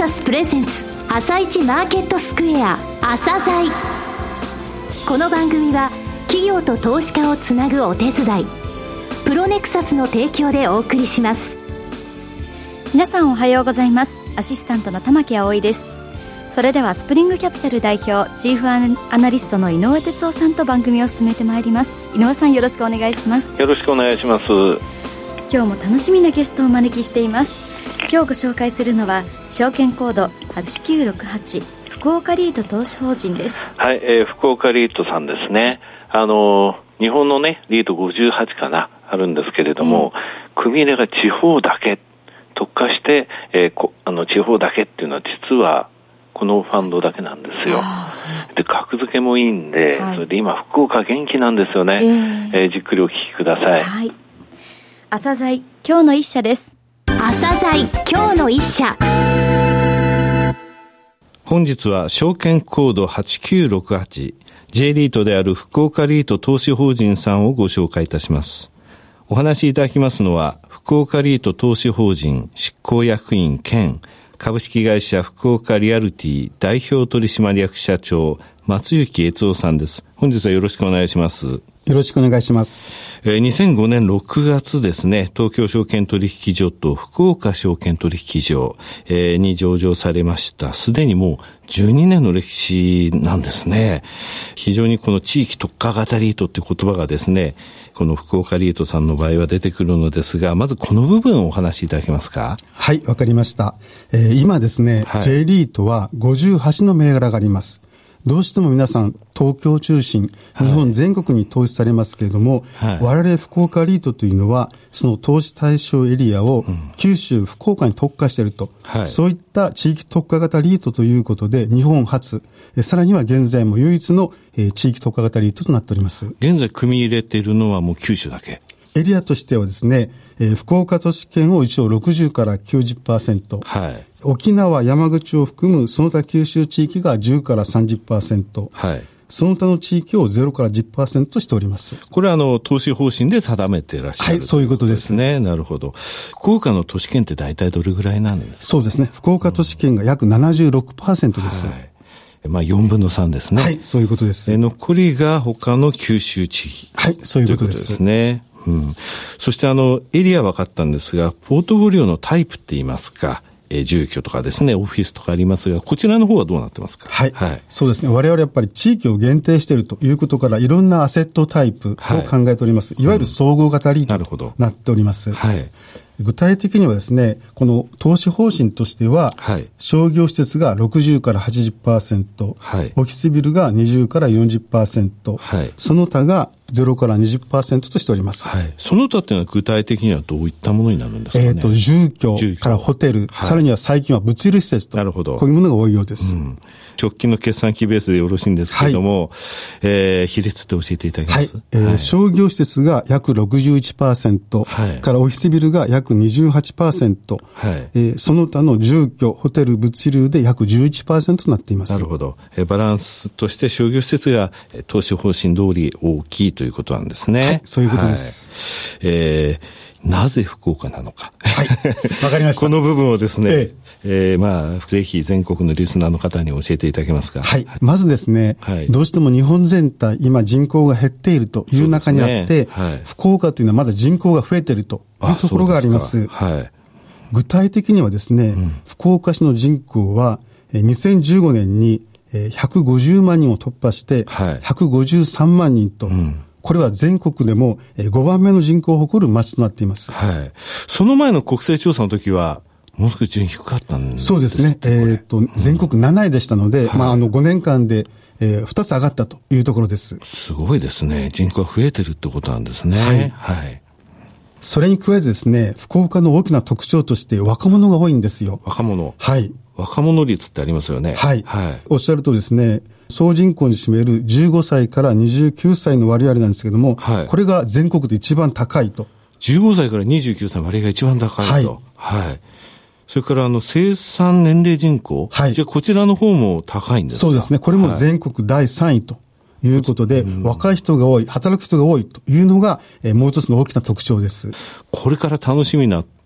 サスプレゼンツ朝市マーケットスクエア朝鮮。この番組は企業と投資家をつなぐお手伝いプロネクサスの提供でお送りします。 皆さんおはようございます。アシスタントの玉木葵です。それではスプリングキャピタル代表チーフアナリストの井上哲夫さんと番組を進めてまいります。井上さん、よろしくお願いします。 よろしくお願いします。 今日も楽しみなゲストをお招きしています。今日ご紹介するのは証券コード8968福岡リート投資法人です。 はい、福岡リートさんですね。日本のねリート58かなあるんですけれども、組入れが地方だけ特化して、地方だけっていうのは実はこのファンドだけなんですよ。で格付けもいいんで、それで今福岡元気なんですよね。じっくりお聞きください。 はい、朝鮮今日の一社です。 朝鮮今日の一社。 本日は証券コード8968 J リートである福岡リート投資法人さんをご紹介いたします。お話しいただきますのは福岡リート投資法人執行役員兼株式会社福岡リアルティ代表取締役社長松雪悦夫さんです。本日はよろしくお願いします。 よろしくお願いします。 2005年6月ですね、東京証券取引所と福岡証券取引所に上場されました。すでにもう12年の歴史なんですね。非常にこの地域特化型リートって言葉がですね、この福岡リートさんの場合は出てくるのですが、まずこの部分をお話しいただけますか。 はい、わかりました。今ですね、J リートは58の銘柄があります。どうしても皆さん東京中心、日本全国に投資されますけれども、我々福岡リートというのはその投資対象エリアを九州、福岡に特化していると、そういった地域特化型リートということで日本初、さらには現在も唯一の地域特化型リートとなっております。 現在組み入れているのはもう九州だけ。 エリアとしてはですね、福岡都市圏を一応60から 90%、沖縄、山口を含むその他九州地域が10から 30%、その他の地域を0から 10% しております。 これは投資方針で定めていらっしゃる、 はい、そういうことですね。なるほど。福岡の都市圏って大体どれぐらいなんですか。 そうですね、福岡都市圏が約 76% です。 4分の3ですね。 はい、そういうことです。 残りが他の九州地域。 はい、そういうことです。 ということですね。そしてエリア分かったんですが、ポートフォリオのタイプって言いますか、住居とかですね、オフィスとかありますが、こちらの方はどうなってますか。 はい。そうですね。我々やっぱり地域を限定しているということから、いろんなアセットタイプを考えております。いわゆる総合型リートとなっております。具体的にはですね、この投資方針としては、商業施設が60から 80%、オフィスビルが20から 40%、その他が0から 20% としております。 その他っていうのは具体的にはどういったものになるんですかね。 住居からホテル、さらには最近は物流施設と、こういうものが多いようです。 直近の決算期ベースでよろしいんですけれども、比率って教えていただけます。 商業施設が約 61%、からオフィスビルが約 28%、その他の住居、ホテル、物流で約 11% となっています。 なるほど。バランスとして商業施設が投資方針通り大きいということなんですね。 そういうことです。 なぜ福岡なのか。 わかりました。 この部分をですね、ぜひ全国のリスナーの方に教えていただけますか。 まずですね、どうしても日本全体、今人口が減っているという中にあって、福岡というのはまだ人口が増えているというところがあります。具体的にはですね、福岡市の人口は2015年に150万人を突破して153万人と、これは全国でも5番目の人口を誇る町となっています。 その前の国勢調査の時はもう少し順位低かったんです。 そうですね。全国7位でしたので、5年間で2つ上がったというところです。 すごいですね。人口が増えてるってことなんですね。 それに加えてですね、福岡の大きな特徴として若者が多いんですよ。 若者。若者率ってありますよね。 おっしゃるとですね、総人口に占める15歳から29歳の割合なんですけども、これが全国で一番高いと。 15歳から29歳の割合が一番高いと。それから生産年齢人口、じゃあこちらの方も高いんですか。 そうですね。これも全国第3位ということで、若い人が多い、働く人が多いというのが、もう一つの大きな特徴です。 これから楽しみな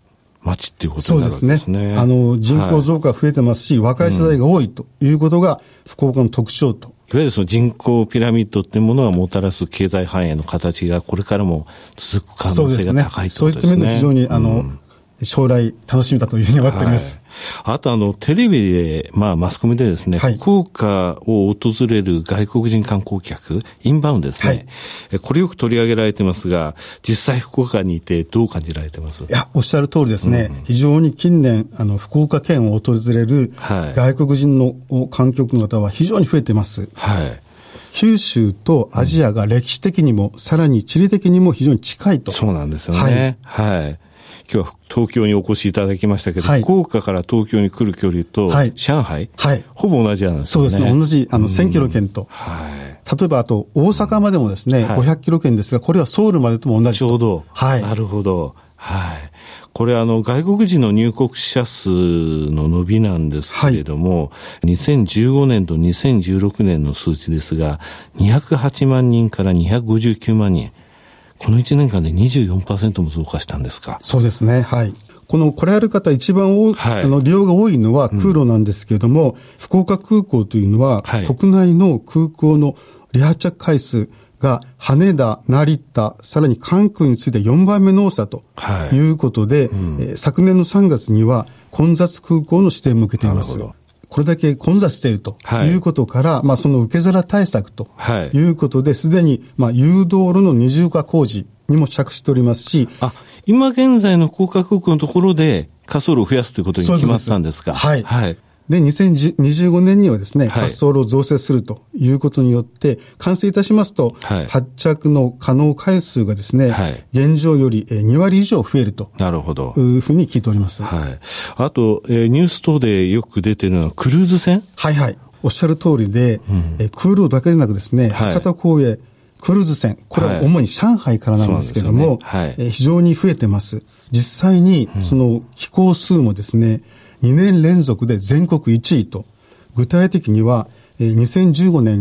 街っていうことになるわけですね。 そうですね。人口増加が増えてますし、若い世代が多いということが福岡の特徴と。 いわゆるその人口ピラミッドっていうものがもたらす経済繁栄の形がこれからも続く可能性が高いということですね。 そういった面で非常に将来楽しみだというふうに思っております。 あとテレビで、マスコミでですね、福岡を訪れる外国人観光客、インバウンドですね。これよく取り上げられてますが、実際福岡にいてどう感じられてます？ いや、おっしゃる通りですね。非常に近年、福岡県を訪れる外国人の観客の方は非常に増えています。九州とアジアが歴史的にも、さらに地理的にも非常に近いと。 そうなんですよね。今日は東京にお越しいただきましたけど、福岡から東京に来る距離と、上海、ほぼ同じなんですよね。 そうですね。同じ、1000キロ圏と。例えば、あと、大阪までもですね、500キロ圏ですが、これはソウルまでとも同じと。 ちょうど。なるほど。これ外国人の入国者数の伸びなんですけれども、2015年と2016年の数値ですが、208万人から259万人。この1年間で 24% も増加したんですか？ そうですね。来られる方一番利用が多いのは空路なんですけれども、福岡空港というのは、国内の空港の離発着回数が羽田、成田、さらに関空について4番目の多さということで、昨年の3月には混雑空港の指定も受けています。これだけ混雑しているということから、その受け皿対策ということで、すでに誘導路の二重化工事にも着手しておりますし、 今現在の福岡空港のところで滑走路を増やすということに決まったんですか？で、 2025年にはですね、滑走路を増設するということによって、完成いたしますと、発着の可能回数がですね、現状より2割以上増えると。 なるほど。 いうふうに聞いております。 あと、ニュース等でよく出ているのはクルーズ船？ おっしゃる通りで、空路だけでなくですね、博多港へクルーズ船、これは主に上海からなんですけれども、非常に増えてます。実際に、その寄港数もですね、2年連続で全国1位と、具体的には、2015年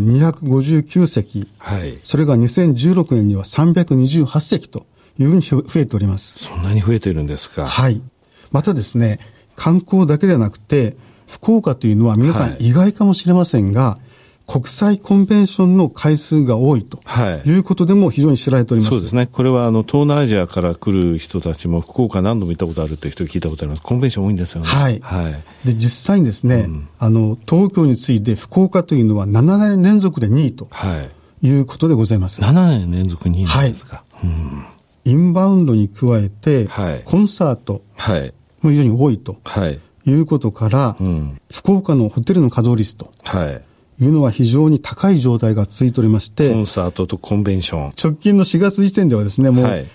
259隻、それが2016年には328隻というふうに増えております。 そんなに増えているんですか？ またですね、観光だけでなくて、福岡というのは皆さん意外かもしれませんが、国際コンベンションの回数が多いということでも非常に知られております。 そうですね。これは東南アジアから来る人たちも福岡何度も行ったことあるという人聞いたことあります。コンベンション多いんですよね。 で、実際にですね、東京に次いで福岡というのは7年連続で2位ということでございます。 7年連続2位なんですか？ インバウンドに加えて、コンサートも非常に多いということから、福岡のホテルの稼働率というのは非常に高い状態が続いておりまして、 コンサートとコンベンション。 直近の4月時点ではですね、もう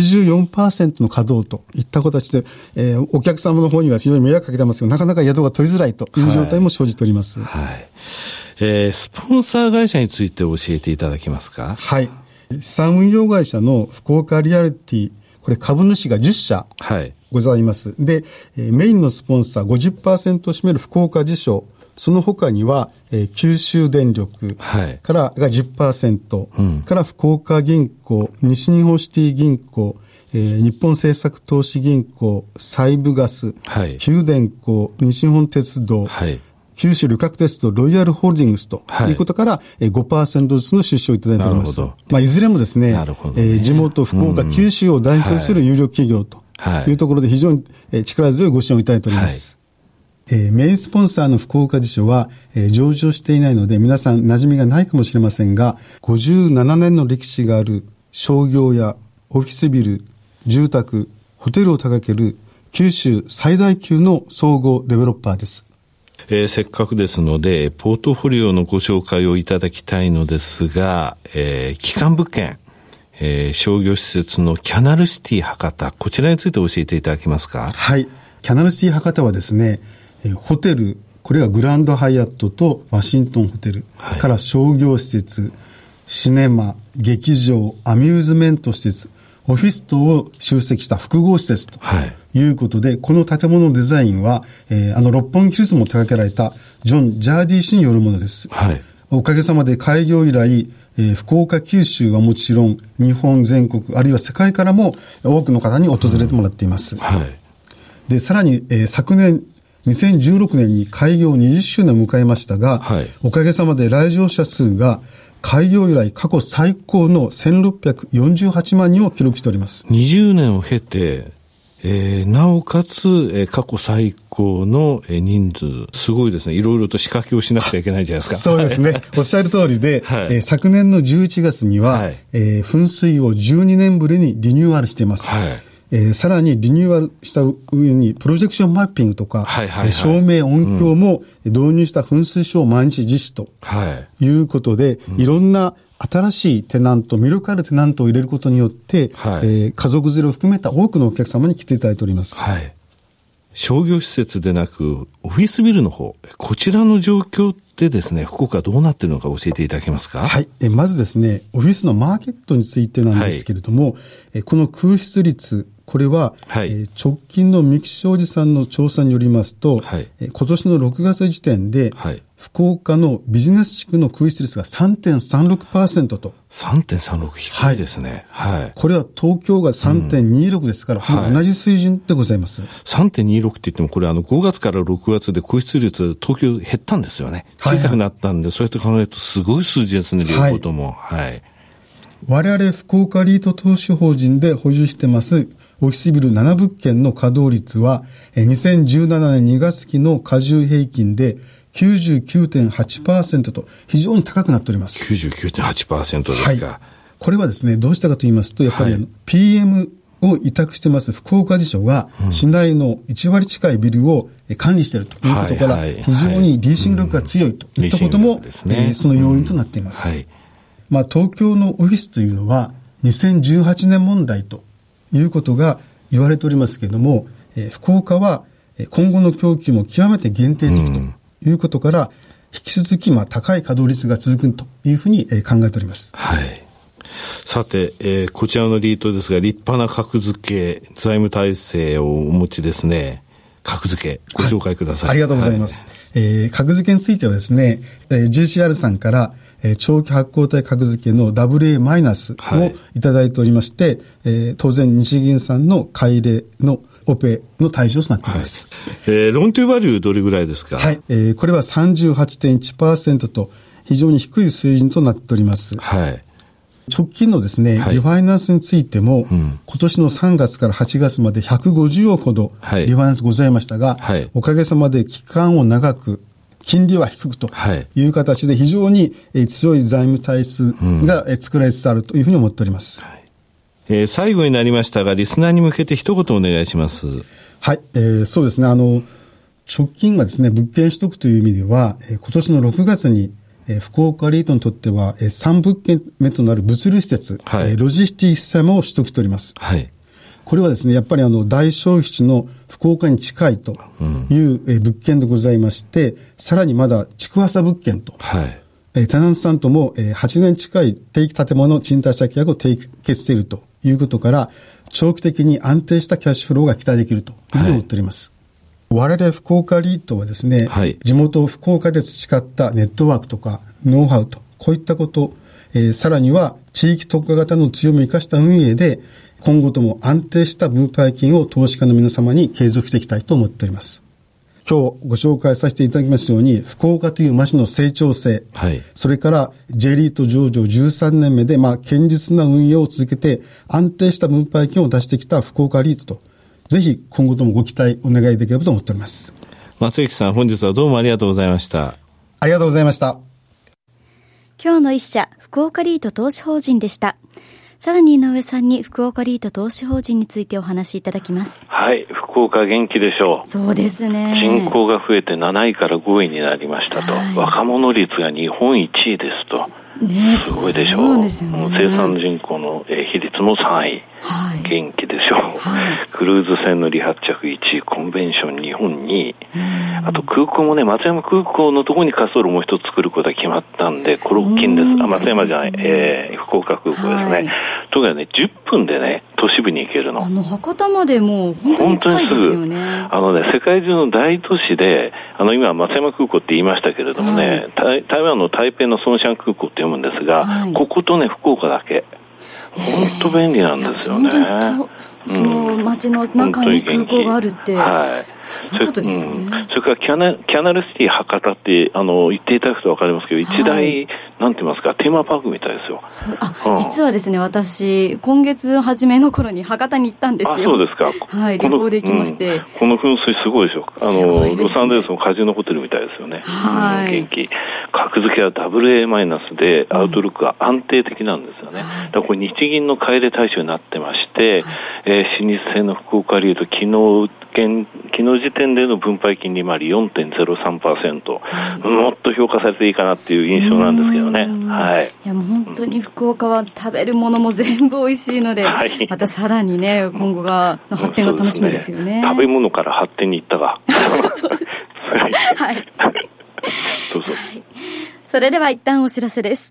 84% の稼働といった形で、お客様の方には非常に迷惑かけてますけど、なかなか宿が取りづらいという状態も生じております。 スポンサー会社について教えていただけますか？ 資産運用会社の福岡リアリティ、これ株主が10社ございます。で、メインのスポンサー 50% を占める福岡地所、その他には、九州電力からが 10%、から福岡銀行、西日本シティ銀行、日本政策投資銀行、西部ガス、九電工、西日本鉄道、九州旅客鉄道、ロイヤルホールディングスということから、5% ずつの出資をいただいております。いずれもですね、地元福岡、九州を代表する有力企業というところで非常に力強いご支援をいただいております。メインスポンサーの福岡地所は、上場していないので皆さん馴染みがないかもしれませんが、57年の歴史がある商業やオフィスビル、住宅、ホテルを手掛ける九州最大級の総合デベロッパーです。 せっかくですのでポートフォリオのご紹介をいただきたいのですが、基幹物件、商業施設のキャナルシティ博多、こちらについて教えていただけますか？ キャナルシティ博多はですね、ホテル、これがグランドハイアットとワシントンホテルから商業施設、シネマ、劇場、アミューズメント施設、オフィス等を集積した複合施設ということで、この建物のデザインは、六本木ヒルズも手掛けられたジョン・ジャーディ氏によるものです。おかげさまで開業以来、福岡、九州はもちろん日本全国あるいは世界からも多くの方に訪れてもらっています。 で、さらに、昨年、2016年に開業20周年を迎えましたが、はい、おかげさまで来場者数が開業以来過去最高の1648万人を記録しております。 20年を経て、なおかつ、過去最高の人数、すごいですね。いろいろと仕掛けをしなくちゃいけないじゃないですか。 そうですね。おっしゃる通りで、はい、昨年の11月には、はい、噴水を12年ぶりにリニューアルしています。はい、さらにリニューアルした上にプロジェクションマッピングとか、はいはいはい、照明音響も導入した噴水ショーを毎日実施ということで、いろんな新しいテナント、魅力あるテナントを入れることによって、はい家族連れを含めた多くのお客様に来ていただいております。はい、 商業施設でなくオフィスビルの方、こちらの状況ってですね、福岡どうなっているのか教えていただけますか？ はい、まずですね、オフィスのマーケットについてなんですけれども、はい、この空室率、これは、はい直近の三木商事さんの調査によりますと、はい、今年の6月時点で、はい、福岡のビジネス地区の空室率が 3.36% と。 3.36 低いですね。はい。はい、 これは東京が 3.26 ですから、ほぼ同じ水準でございます。 3.26 って言っても、これ5月から6月で空室率、東京減ったんですよね。小さくなったんで、そうやって考えるとすごい数字ですね、両方とも。はい。 我々福岡リート投資法人で保有してますオフィスビル7物件の稼働率は、2017年2月期の加重平均で 99.8% と非常に高くなっております。 99.8% ですか。はい、これはですね、どうしたかと言いますと、やっぱりPM を委託してます福岡支所が市内の1割近いビルを管理しているということから、非常にリーシング力が強いといったことも、その要因となっています。はい、東京のオフィスというのは2018年問題ということが言われておりますけれども、福岡は今後の供給も極めて限定的ということから、引き続き高い稼働率が続くというふうに考えております。 はい。さて、こちらのリートですが、立派な格付け財務体制をお持ちですね。格付けご紹介ください。 ありがとうございます。格付けについてはですね、GCR さんから長期発行体格付けの AA マイナスをいただいておりまして、当然日銀さんの改例のオペの対象となっています。 ローントゥーバリューどれぐらいですか？ はい、これは 38.1% と非常に低い水準となっております。はい。直近のですね、リファイナンスについても、今年の3月から8月まで150億ほどリファイナンスございましたが、おかげさまで期間を長く金利は低くという形で非常に強い財務体質が作られつつあるというふうに思っております。 最後になりましたが、リスナーに向けて一言お願いします。 はい、そうですね。直近はですね、物件取得という意味では、今年の6月に福岡リートにとっては3物件目となる物流施設、ロジスティシステムを取得しております。はい。これはですね、やっぱり大消費地の福岡に近いという物件でございまして、さらにまだ築浅物件と、はい、テナントさんとも8年近い定期建物賃貸借契約を締結しているということから、長期的に安定したキャッシュフローが期待できるというふうに思っております。はい、我々福岡リートはですね、はい、地元福岡で培ったネットワークとかノウハウと、こういったこと、さらには地域特化型の強みを生かした運営で、今後とも安定した分配金を投資家の皆様に継続していきたいと思っております。今日ご紹介させていただきますように、福岡という町の成長性、はい、それから J リート上場13年目で、堅実な運用を続けて安定した分配金を出してきた福岡リートと、ぜひ今後ともご期待お願いできればと思っております。 松幸さん、本日はどうもありがとうございました。 ありがとうございました。 今日の一社、福岡リート投資法人でした。さらに井上さんに福岡リート投資法人についてお話しいただきます。 はい、福岡元気でしょう。 そうですね。 人口が増えて7位から5位になりましたと、はい、若者率が日本1位ですと、ね、すごいでしょう。そうですよね。生産人口の比率も3位、はい、元気でしょう、はい、クルーズ船の離発着1位、コンベンション日本2位、あと空港もね、松山空港のところに滑走路も一つ作ることが決まったんで、これ大きいんです。松山じゃない、福岡空港ですね、はい、とにかくね、10分でね、都市部に行けるの。 博多までもう本当に近いですよね。 世界中の大都市で、今松山空港って言いましたけれどもね、はい、台湾の台北のソンシャン空港って読むんですが、はい、こことね、福岡だけ。 本当便利なんですよね。 その街の中に空港があるって、そういうことですよね。 それからキャナルシティ博多って言っていただくと分かりますけど、一大なんて言いますか、テーマパークみたいですよ。 実はですね、私今月初めの頃に博多に行ったんですよ。 そうですか。 旅行で行きまして、 この噴水すごいでしょ。ロサンゼルスのカジノホテルみたいですよね。元気。格付けは AA- でアウトルックが安定的なんですよね。だからこれ日銀の買い入れ対象になってまして、老舗製の福岡リート、昨日時点での分配金利回り 4.03%、もっと評価されていいかなっていう印象なんですけどね。 いやもう本当に福岡は食べるものも全部美味しいので、またさらにね、今後の発展が楽しみですよね。 食べ物から発展に行ったがそうですどうぞ。それでは一旦お知らせです。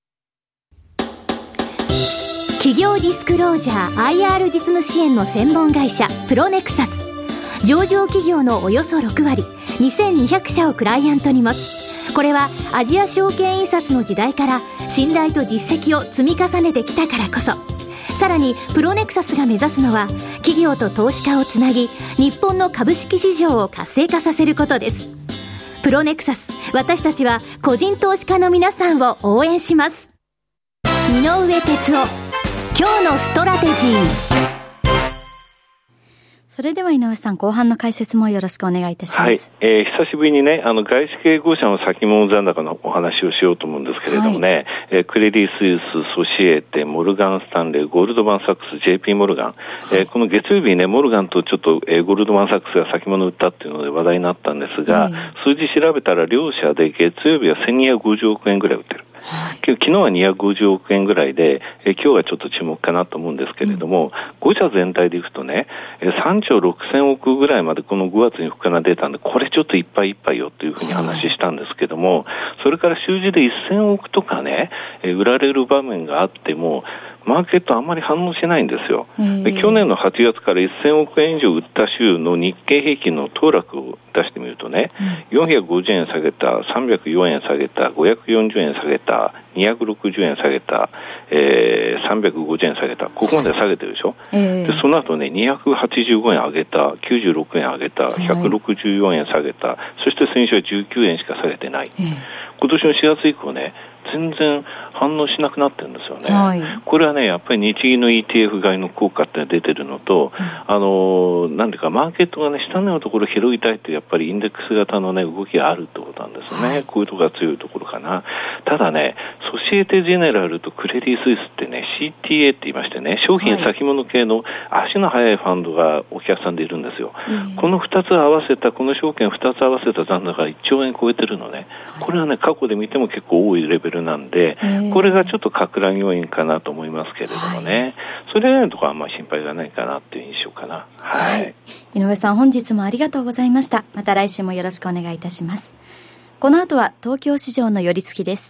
企業ディスクロージャー IR 実務支援の専門会社プロネクサス。上場企業のおよそ6割2200社をクライアントに持つ。これはアジア証券印刷の時代から信頼と実績を積み重ねてきたからこそ。さらにプロネクサスが目指すのは企業と投資家をつなぎ、日本の株式市場を活性化させることです。プロネクサス、私たちは個人投資家の皆さんを応援します。井上哲夫、今日のストラテジー。 それでは井上さん、後半の解説もよろしくお願いいたします。 久しぶりにね、外資系5社の先物残高のお話をしようと思うんですけれどもね、クレディ・スイス、ソシエテ、モルガン・スタンレー、ゴールドマン・サックス、JP モルガン、この月曜日ね、モルガンとちょっと、ゴールドマン・サックスが先物売ったっていうので話題になったんですが、数字調べたら両社で月曜日は1250億円ぐらい売ってる。昨日は250億円ぐらいで、今日はちょっと注目かなと思うんですけれども、5社全体でいくとね、3兆6000億ぐらいまでこの5月に膨らんでたんで、これちょっといっぱいいっぱいよというふうに話したんですけども、それから週次で1000億とかね、売られる場面があっても、マーケットあんまり反応しないんですよ。で、去年の8月から1000億円以上売った週の日経平均の騰落を出してみるとね、450円下げた、304円下げた、540円下げた、260円下げた、350円下げた、ここまで下げてるでしょ。で、その後ね、285円上げた、96円上げた、164円下げた、そして先週は19円しか下げてない。今年の4月以降ね、全然反応しなくなってるんですよね。これはね、やっぱり日銀の ETF 買いの効果って出てるのと、なんていうかマーケットがね、下のところを広げたいというやっぱりインデックス型のね、動きがあるってことなんですね。こういうところが強いところかな。ただね、ソシエテ・ジェネラルとクレディ・スイスってね、CTA って言いましてね、商品先物系の足の速いファンドがお客さんでいるんですよ。この2つ合わせた、この証券2つ合わせた残高が1兆円超えてるのね。これはね、過去で見ても結構多いレベルなんで、これがちょっと拡乱要因かなと思いますけれどもね、それ以外のところはあんまり心配がないかなという印象かな。 井上さん、本日もありがとうございました。また来週もよろしくお願いいたします。この後は東京市場の寄り付きです。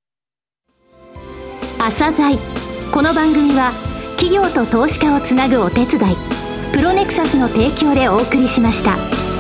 朝鮮。この番組は企業と投資家をつなぐお手伝い、プロネクサスの提供でお送りしました。